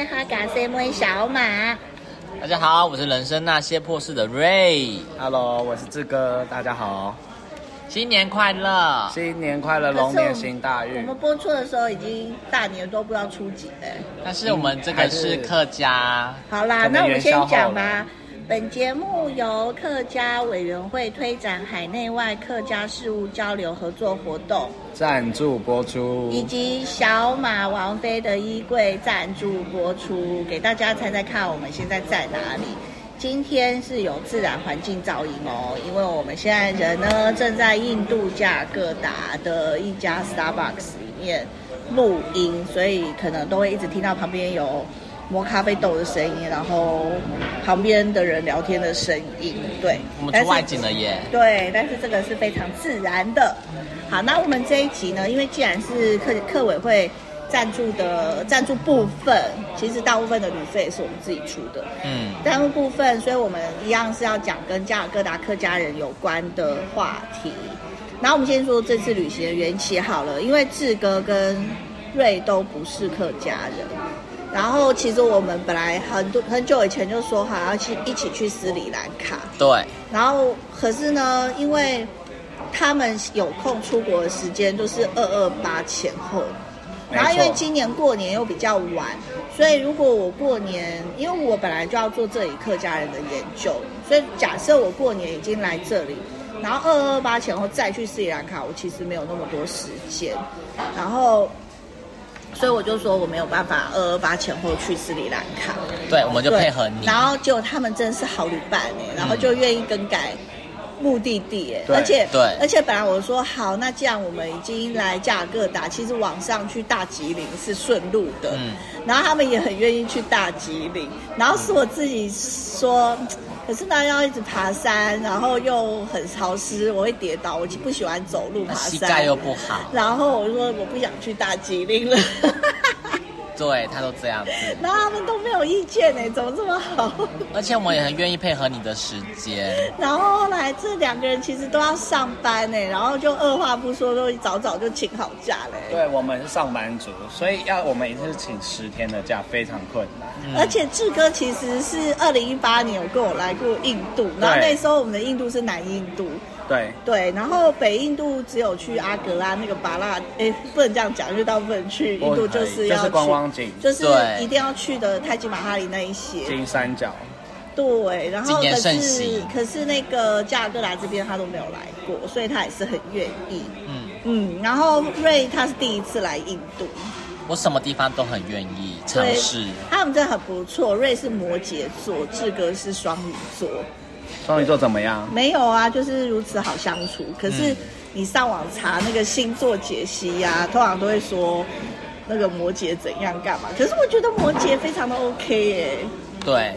内哈嘎塞莫小马。 大家好，我是人生那些破事的 Ray。Hello， 我是志哥，大家好， 新年快乐！ 新年快乐，龙年行大运。 我们播出的时候已经大年都不知道初几了。 但是我们这个是客家。 好啦，那我们先讲吧。本节目由客家委员会推展海内外客家事务交流合作活动赞助播出， 以及小马王妃的衣柜赞助播出，给大家猜猜看我们现在在哪里。今天是有自然环境噪音哦，因为我们现在人呢正在印度加尔各答的一家 Starbucks 里面录音，所以可能都会一直听到旁边有磨咖啡豆的声音，然后旁边的人聊天的声音。对， 我们出外景了耶。 对，但是这个是非常自然的。好，那我们这一集呢，因为既然是客委会赞助部分，其实大部分的旅费也是我们自己出的。赞助部分，所以我们一样是要讲跟加尔各答客家人有关的话题。然后我们先说这次旅行的缘起好了，因为志哥跟瑞都不是客家人。然后其实我们本来很久以前就说好要一起去斯里兰卡， 对。 然后可是呢，因为他们有空出国的时间就是228前后，然后因为今年过年又比较晚，所以如果我过年，因为我本来就要做这里客家人的研究，所以假设我过年已经来这里，然后228前后再去斯里兰卡，我其实没有那么多时间，然后所以我就说我没有办法228前后去斯里兰卡。 对，我们就配合你。 然后结果他们真是好旅伴然后就愿意更改目的地而且本来我说好，那既然我们已经来加尔各答，其实往上去大吉岭是顺路的，然后他们也很愿意去大吉岭，然后是我自己说，可是呢要一直爬山，然后又很潮湿，我会跌倒，我不喜欢走路爬山， 膝盖又不好， 然后我就说我不想去大吉岭了。 对，他都这样子， 然后他们都没有意见怎么这么好？ 而且我们也很愿意配合你的时间。 然后后来这2个人其实都要上班然后就二话不说都早早就请好假对，我们是上班族，所以我们一次请10天的假非常困难。 而且志哥其实是2018年有跟我来过印度，然后那时候我们的印度是南印度。对，然后北印度只有去阿格拉那个巴拉，不能这样讲，因为大部分人去印度就是要去观光景， 就是一定要去的泰姬玛哈里那一些金三角。 对，然后可是那个加尔各答这边他都没有来过，所以他也是很愿意。然后瑞他是第一次来印度， 我什么地方都很愿意尝试。 他们真的很不错，瑞是摩羯座，志哥是双鱼座。 双鱼座怎么样？ 没有啊，就是如此好相处。可是你上网查那个星座解析通常都会说那个摩羯怎样干嘛。可是我觉得摩羯非常的 OK 对。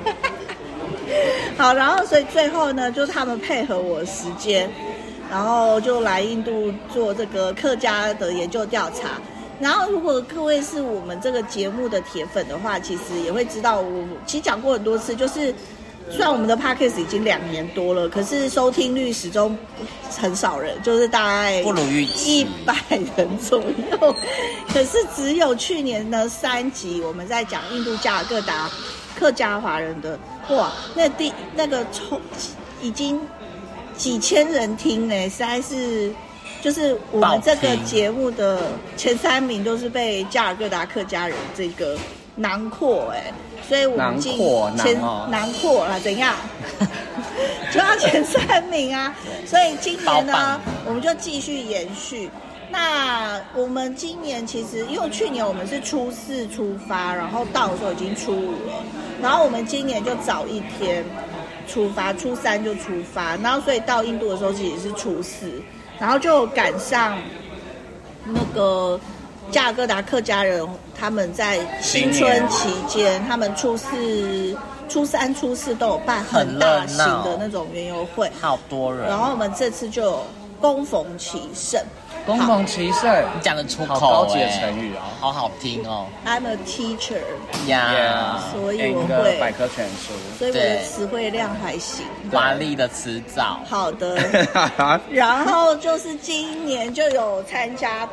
好，然后所以最后呢，就是他们配合我的时间，然后就来印度做这个客家的研究调查。然后如果各位是我们这个节目的铁粉的话，其实也会知道我其实讲过很多次，就是虽然我们的 podcast 已经2年多了，可是收听率始终很少人，就是大概不如预期 100人左右。可是只有去年的3集，我们在讲印度加尔各答客家华人的，哇，那个已经几千人听实在是，就是我们这个节目的前3名都是被加尔各答客家人这个囊括所以我们囊括啦，怎样？就要前3名啊！所以今年呢，我们就继续延续。那我们今年其实，因为去年我们是初4出发，然后到的时候已经初5了，然后我们今年就早1天出发，初3就出发，然后所以到印度的时候其实是初4，然后就赶上那个加尔各答客家人他们在新春期间，他们初3、初4都有办很大型的那种园游会， 好多人。 然后我们这次就有恭逢其盛。 恭逢其盛， 你讲得出口， 好高级的成语好好听 I'm a teacher， 所以我会百科全书， 所以我的词汇量还行。 华丽的词藻。 好的。然后就是今年就有参加到，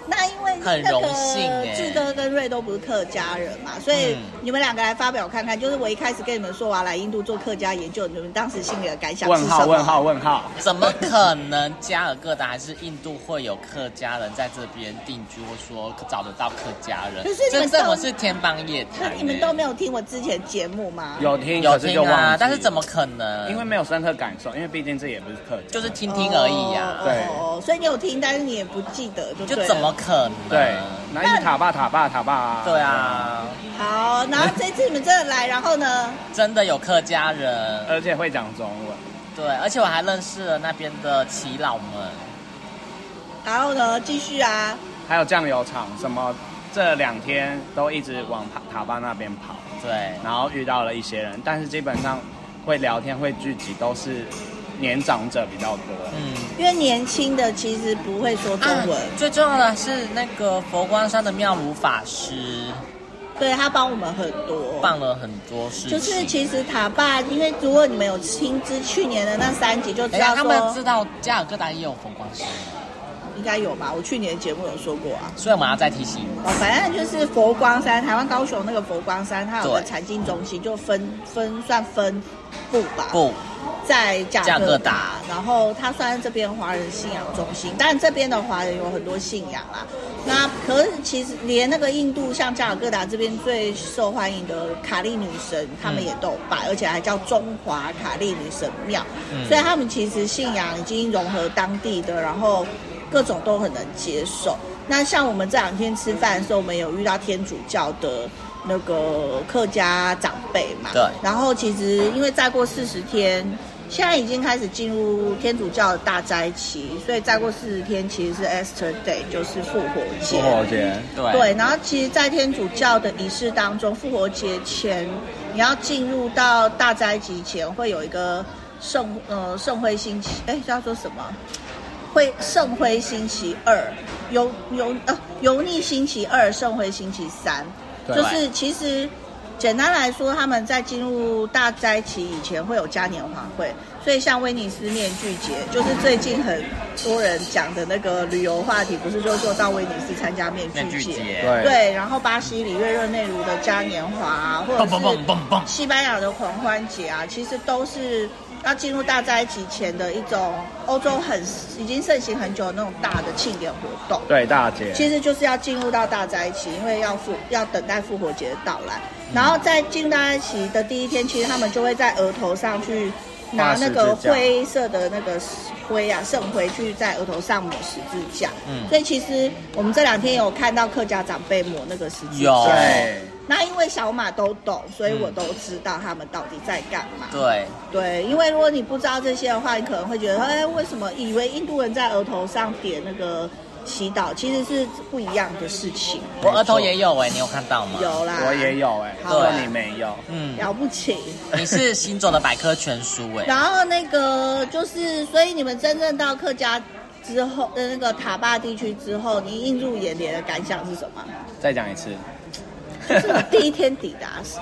那因为很荣幸志哥跟瑞都不是客家人嘛，所以你们两个来发表看看，就是我一开始跟你们说我要来印度做客家研究，你们当时心里的感想是什么？ 问号， 怎么可能加尔各答还是印度会有客家人在这边定居，或说找得到客家人？ 可是你们这我是天方夜谭。 那你们都没有听我之前节目吗？ 有听啊，但是怎么可能？ 因为没有深刻感受，因为毕竟这也不是客家， 就是听听而已呀。 对， 所以你有听，但是你也不记得，就怎么可能？ 对，那一塔坝啊。 对啊。 好，然后这次你们真的来，然后呢？ 真的有客家人， 而且会讲中文。 对，而且我还认识了那边的耆老们。 然后呢，继续啊。 还有酱油厂，什么这2天都一直往塔坝那边跑。 对， 然后遇到了一些人，但是基本上会聊天、会聚集都是年长者比较多。 因为年轻的其实不会说中文。 最重要的是那个佛光山的妙如法师。 对，他帮我们很多， 办了很多事情。 就是其实塔坝，因为如果你们有听去年的那3集，就知道说他们知道加尔各答也有佛光山， 应该有吧？我去年节目有说过啊， 所以我们要再提醒。 反正就是佛光山，台湾高雄那个佛光山，它有个禅境中心，就分部吧。在加尔各答，然后它算是这边华人信仰中心，但这边的华人有很多信仰啦。那可是其实连那个印度像加尔各答这边最受欢迎的卡利女神，他们也都有拜，而且还叫中华卡利女神庙，所以他们其实信仰已经融合当地的，然后各种都很能接受。那像我们这2天吃饭的时候，我们有遇到天主教的那个客家长辈嘛， 对， 然后其实因为再过40天。现在已经开始进入天主教的大斋期，所以再过40天其实是 Easter Day， 就是复活节。对，然后其实，在天主教的仪式当中，复活节前你要进入到大斋期前，会有一个圣灰星期，叫做什么？圣灰星期2，油腻星期2，圣灰星期3，就是其实。简单来说，他们在进入大斋期以前会有嘉年华会，所以像威尼斯面具节，就是最近很多人讲的那个旅游话题，不是就说到威尼斯参加面具节，对，然后巴西里约热内卢的嘉年华啊，或者是西班牙的狂欢节啊，其实都是要进入大斋期前的一种欧洲已经盛行很久的那种大的庆典活动。 对，大节其实就是要进入到大斋期，因为要等待复活节的到来。然后在进入大斋期的第1天，其实他们就会在额头上去拿那个灰色的那个灰啊，圣灰去在额头上抹十字架。所以其实我们这2天有看到客家长辈抹那个十字架。 对。 那因为小马都懂，所以我都知道他们到底在干嘛。 对， 因为如果你不知道这些的话，你可能会觉得，为什么以为印度人在额头上点那个祈祷，其实是不一样的事情。 我额头也有你有看到吗？ 有啦， 我也有对，你没有， 了不起。 你是行走的百科全书然后那个就是，所以你们真正到客家之后的那个塔坝地区之后，你映入眼帘的感想是什么？ 再讲一次。 就是我第1天抵达的时候。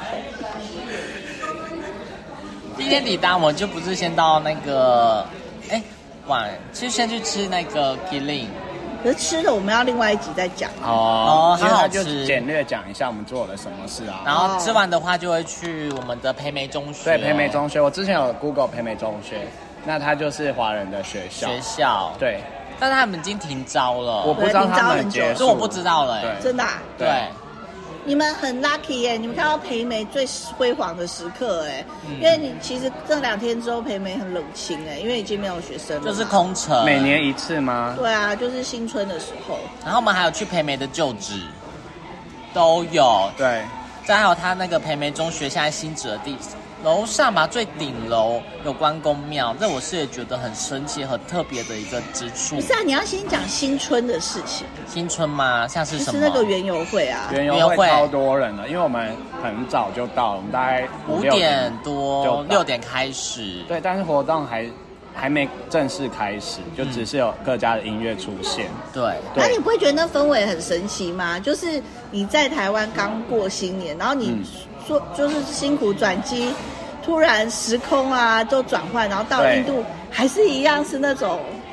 第1天抵达，我就不是先到那个，其实先去吃那个 Gilling。 可是吃的我们要另外一集再讲好好吃。就简略讲一下我们做了什么事啊。 然后吃完的话，就会去我们的培梅中学。 对，培梅中学，我之前有 Google 培梅中学，那它就是华人的学校。对。 但是他们已经停招了， 我不知道他们结束， 所以我不知道了。 真的？ 对。 你们很 lucky 耶，你们看到培梅最辉煌的时刻因为你其实这2天之后培梅很冷清因为已经没有学生了， 就是空城。 每年1次吗？ 对啊，就是新春的时候。 然后我们还有去培梅的旧址，都有。 对， 再还有他那个培梅中学现在新址的楼上吧，最顶楼有关公庙，这我是也觉得很神奇、很特别的一个之处。 不是啊，你要先讲新春的事情。 新春吗？像是什么？ 是那个园游会啊。 园游会超多人了，因为我们很早就到了，我们大概 5点多6点开始。 对，但是活动还没正式开始，就只是有各家的音乐出现。 对。 那你不会觉得那氛围很神奇吗？就是你在台湾刚过新年，然后你说就是辛苦转机，突然时空啊都转换，然后到印度还是一样是那种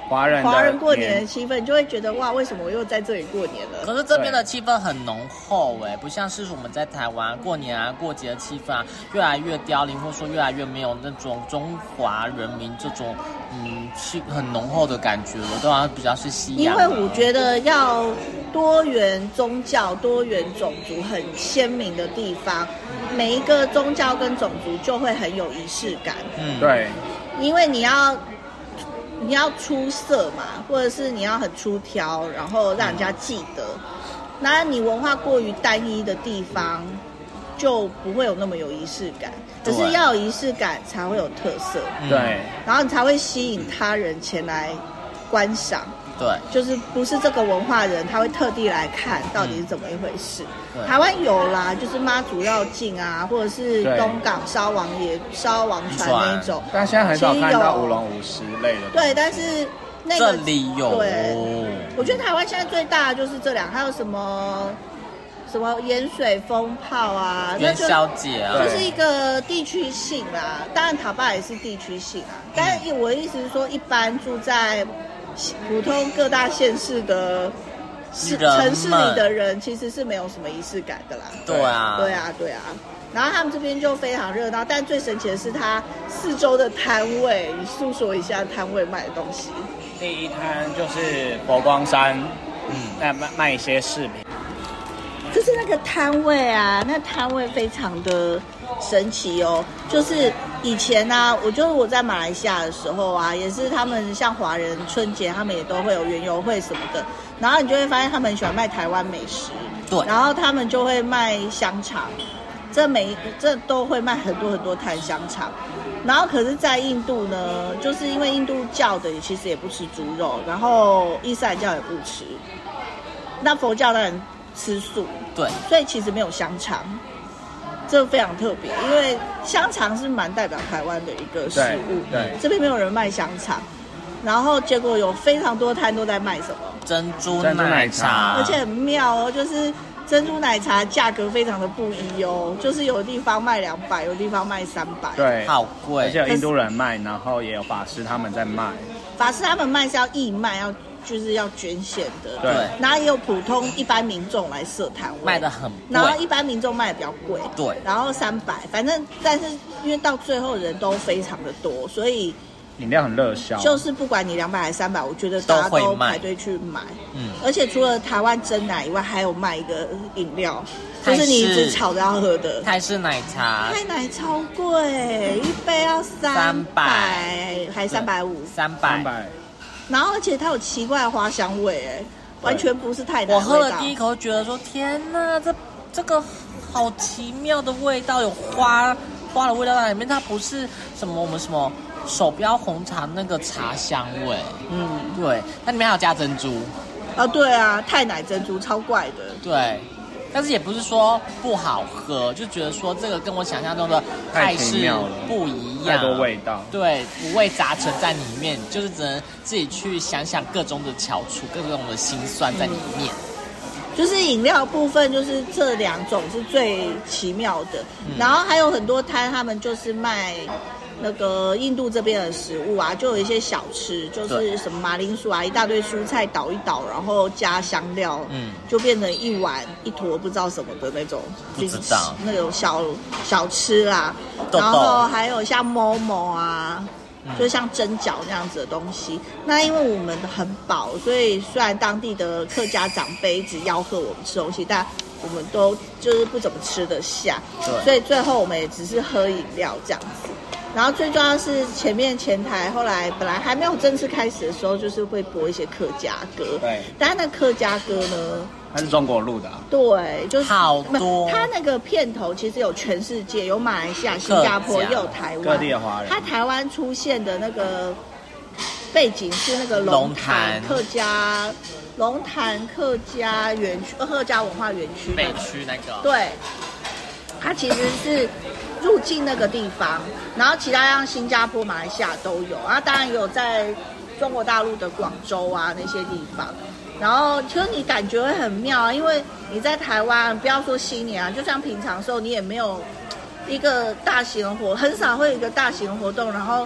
华人过年的气氛，你就会觉得哇，为什么我又在这里过年了？ 可是这边的气氛很浓厚不像是我们在台湾过年啊、过节的气氛啊，越来越凋零，或者说越来越没有那种中华人民这种很浓厚的感觉了，都好像比较是西洋。 因为我觉得要多元宗教、多元种族很鲜明的地方，每一个宗教跟种族就会很有仪式感。 对， 因为你要出色嘛，或者是你要很出挑，然后让人家记得。那你文化过于单一的地方，就不会有那么有仪式感。可是要有仪式感才会有特色， 对， 然后你才会吸引他人前来观赏。 对， 就是不是这个文化人，他会特地来看到底是怎么一回事。台湾有啦，就是妈祖绕境啊，或者是东港烧王船那一种。 但现在很少看到舞龙舞狮类的。 对，但是那个这里有。 对，我觉得台湾现在最大的就是这两，还有什么盐水风炮啊， 元宵节啊， 就是一个地区性啦。当然塔巴也是地区性啊，但是我的意思是说，一般住在普通各大县市的城市里的人，其实是没有什么仪式感的啦。 对啊。 然后他们这边就非常热闹，但最神奇的是它四周的摊位，你诉说一下摊位卖的东西。 第一摊就是佛光山，卖一些饰品。 就是那个摊位啊，那摊位非常的神奇哦。就是以前啊，我在马来西亚的时候啊，也是他们像华人春节，他们也都会有园游会什么的，然后你就会发现他们很喜欢卖台湾美食， 对， 然后他们就会卖香肠，这都会卖很多很多摊香肠。然后可是在印度呢，就是因为印度教的其实也不吃猪肉，然后伊斯兰教也不吃，那佛教当然吃素， 对， 所以其实没有香肠，这非常特别，因为香肠是蛮代表台湾的一个食物， 对， 这边没有人卖香肠，然后结果有非常多摊都在卖什么珍珠奶茶， 而且很妙哦，就是珍珠奶茶价格非常的不一哦，就是有的地方卖200，有的地方卖300， 对， 好贵， 而且有印度人卖，然后也有法师他们在卖， 法师他们卖是要义卖，就是要捐献的， 对， 然后也有普通一般民众来设摊位， 卖得很贵， 然后一般民众卖的比较贵， 对， 然后300，反正但是因为到最后人都非常的多，所以饮料很热销， 就是不管你200还是300，我觉得大家都排队去买，而且除了台湾真奶以外，还有卖一个饮料，就是你一直吵着要喝的泰式奶茶， 泰奶超贵，一杯要300还350，300。然后而且它有奇怪的花香味，完全不是泰奶的味道。 我喝了第一口觉得说，天哪，这个好奇妙的味道，有花的味道在里面，它不是什么我们什么手标红茶那个茶香味，对，它里面还有加珍珠。 对啊，泰奶珍珠超怪的。 对。但是也不是说不好喝，就觉得说这个跟我想象中的泰式不一样， 太多味道， 对，五味杂陈在里面，就是只能自己去想想各种的翘楚，各种的辛酸在里面。 就是饮料部分，就是这2种是最奇妙的，然后还有很多摊，他们就是卖那个印度这边的食物啊，就有一些小吃，就是什么马铃薯啊，一大堆蔬菜捣一捣，然后加香料，就变成一碗一坨不知道什么的那种， 不知道那种小吃啦，然后还有像某啊。就像蒸饺那样子的东西，那因为我们很饱，所以虽然当地的客家长辈一直吆喝我们吃东西，但我们都就是不怎么吃得下，所以最后我们也只是喝饮料这样子。然后最重要的是前台后来本来还没有正式开始的时候，就是会播一些客家歌， 对， 但那客家歌呢， 它是中国录的对，就是好多。 它那个片头其实有全世界，有马来西亚、新加坡，也有台湾， 各地的华人。 它台湾出现的那个背景是那个龙潭客家园区，客家文化园区北区那个， 对，它其实是入境那个地方，然后其他像新加坡、马来西亚都有，然后当然也有在中国大陆的广州啊那些地方。然后其实你感觉会很妙啊，因为你在台湾，不要说新年啊，就像平常的时候，你也没有一个大型的很少会有一个大型的活动，然后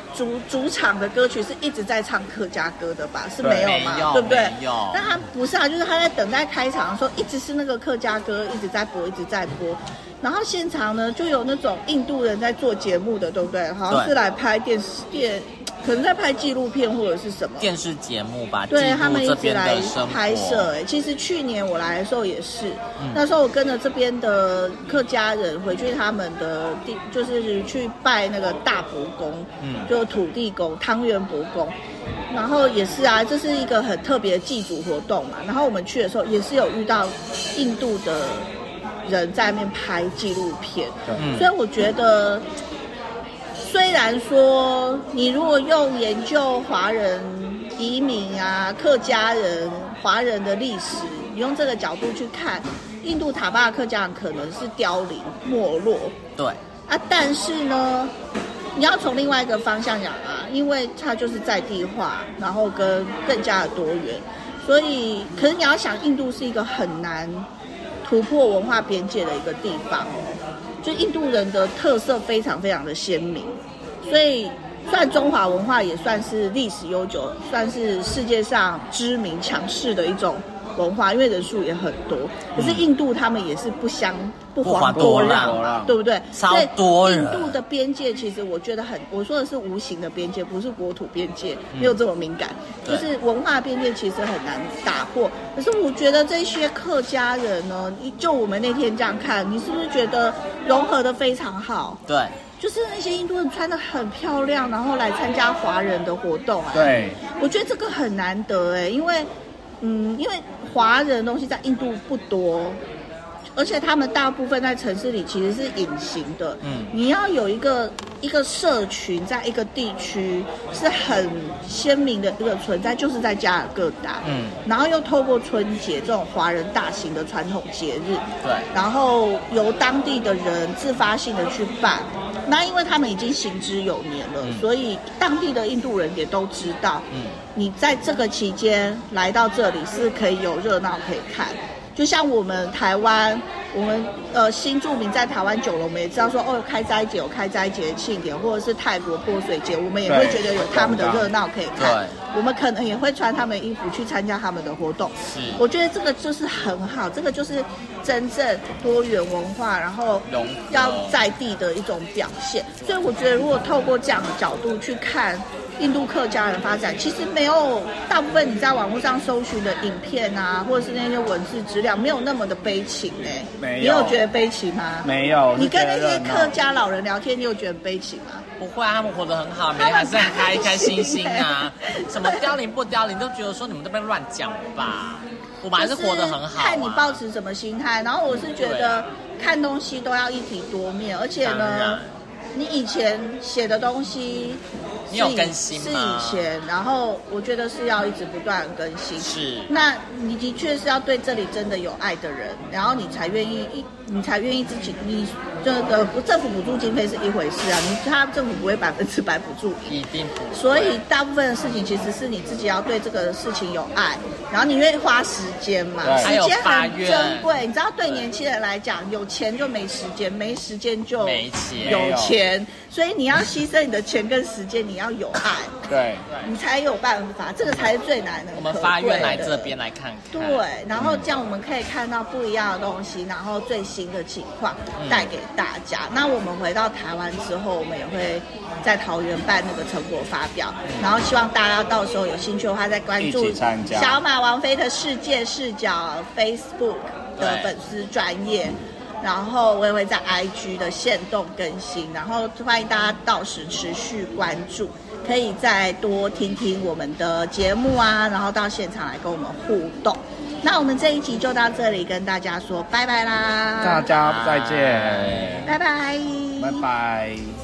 主场的歌曲是一直在唱客家歌的吧？是没有吗？ 没有对不对？ 没有。 但他不是啊，就是他在等待开场的时候，一直是那个客家歌一直在播，一直在播。然后现场呢，就有那种印度人在做节目的，对不对？好像是来拍可能在拍纪录片或者是什么电视节目吧， 对他们一直来拍摄。 哎， 其实去年我来的时候也是，那时候我跟着这边的客家人回去他们的就是去拜那个大伯公，就土地公汤圆伯公。然后也是啊，这是一个很特别的祭祖活动嘛。然后我们去的时候也是有遇到印度的人在那边拍纪录片，所以我觉得。虽然说你如果用研究华人移民啊、客家人、华人的历史，你用这个角度去看，印度塔巴的客家人可能是凋零没落， 对啊，但是呢，你要从另外一个方向讲啊，因为它就是在地化，然后跟更加的多元，所以可是你要想，印度是一个很难突破文化边界的一个地方哦。就印度人的特色非常非常的鲜明，所以虽然中华文化也算是历史悠久，算是世界上知名强势的一种文化，因为人数也很多，可是印度他们也是不遑多让，对不对？ 超多人。 印度的边界其实我觉得我说的是无形的边界，不是国土边界，没有这么敏感，就是文化边界其实很难打破。可是我觉得这些客家人呢，就我们那天这样看，你是不是觉得融合的非常好？ 对。 就是那些印度人穿得很漂亮，然后来参加华人的活动。 对， 我觉得这个很难得因为华人的东西在印度不多，而且他们大部分在城市里其实是隐形的。你要有一个社群在一个地区是很鲜明的一个存在，就是在加尔各答。然后又透过春节这种华人大型的传统节日， 对， 然后由当地的人自发性的去办。那因为他们已经行之有年了，所以当地的印度人也都知道，你在这个期间来到这里是可以有热闹可以看。就像我们台湾，我们新住民在台湾久了，我们也知道说开斋节有开斋节的庆典，或者是泰国泼水节，我们也会觉得有他们的热闹可以看。我们可能也会穿他们的衣服去参加他们的活动。我觉得这个就是很好，这个就是真正多元文化，然后要在地的一种表现。所以我觉得，如果透过这样的角度去看印度客家人发展，其实没有大部分你在网络上搜寻的影片啊，或者是那些文字资料，没有那么的悲情没有。 你有觉得悲情吗？ 没有。 你跟那些客家老人聊天，你有觉得悲情吗？ 不会啊，他们活得很好，每天还是很开心心啊。什么凋零不凋零，都觉得说你们这边乱讲吧。我们还是活得很好看你抱持什么心态。然后我是觉得看东西都要一体多面，而且呢，你以前写的东西你有更新吗？ 是以前，然后我觉得是要一直不断更新。 是， 那你的确是要对这里真的有爱的人，然后你才愿意自己，你这个政府补助经费是一回事啊，他政府不会100%补助你， 一定不会。 所以大部分的事情其实是你自己要对这个事情有爱，然后你愿意花时间嘛，时间很珍贵。你知道，对年轻人来讲，有钱就没时间，没时间就没钱， 有钱，所以你要牺牲你的钱跟时间，你要有爱， 对， 你才有办法，这个才是最难的。 我们发愿来这边来看看， 对，然后这样我们可以看到不一样的东西，然后最新的情况带给大家。那我们回到台湾之后，我们也会在桃园办那个成果发表，然后希望大家到时候有兴趣的话，再关注小马王妃的世界视角 Facebook 的粉丝专页。然后我也会在 IG 的限动更新，然后欢迎大家到时持续关注，可以再多听听我们的节目啊，然后到现场来跟我们互动。那我们这一集就到这里，跟大家说拜拜啦！ 大家再见， 拜拜， 拜拜。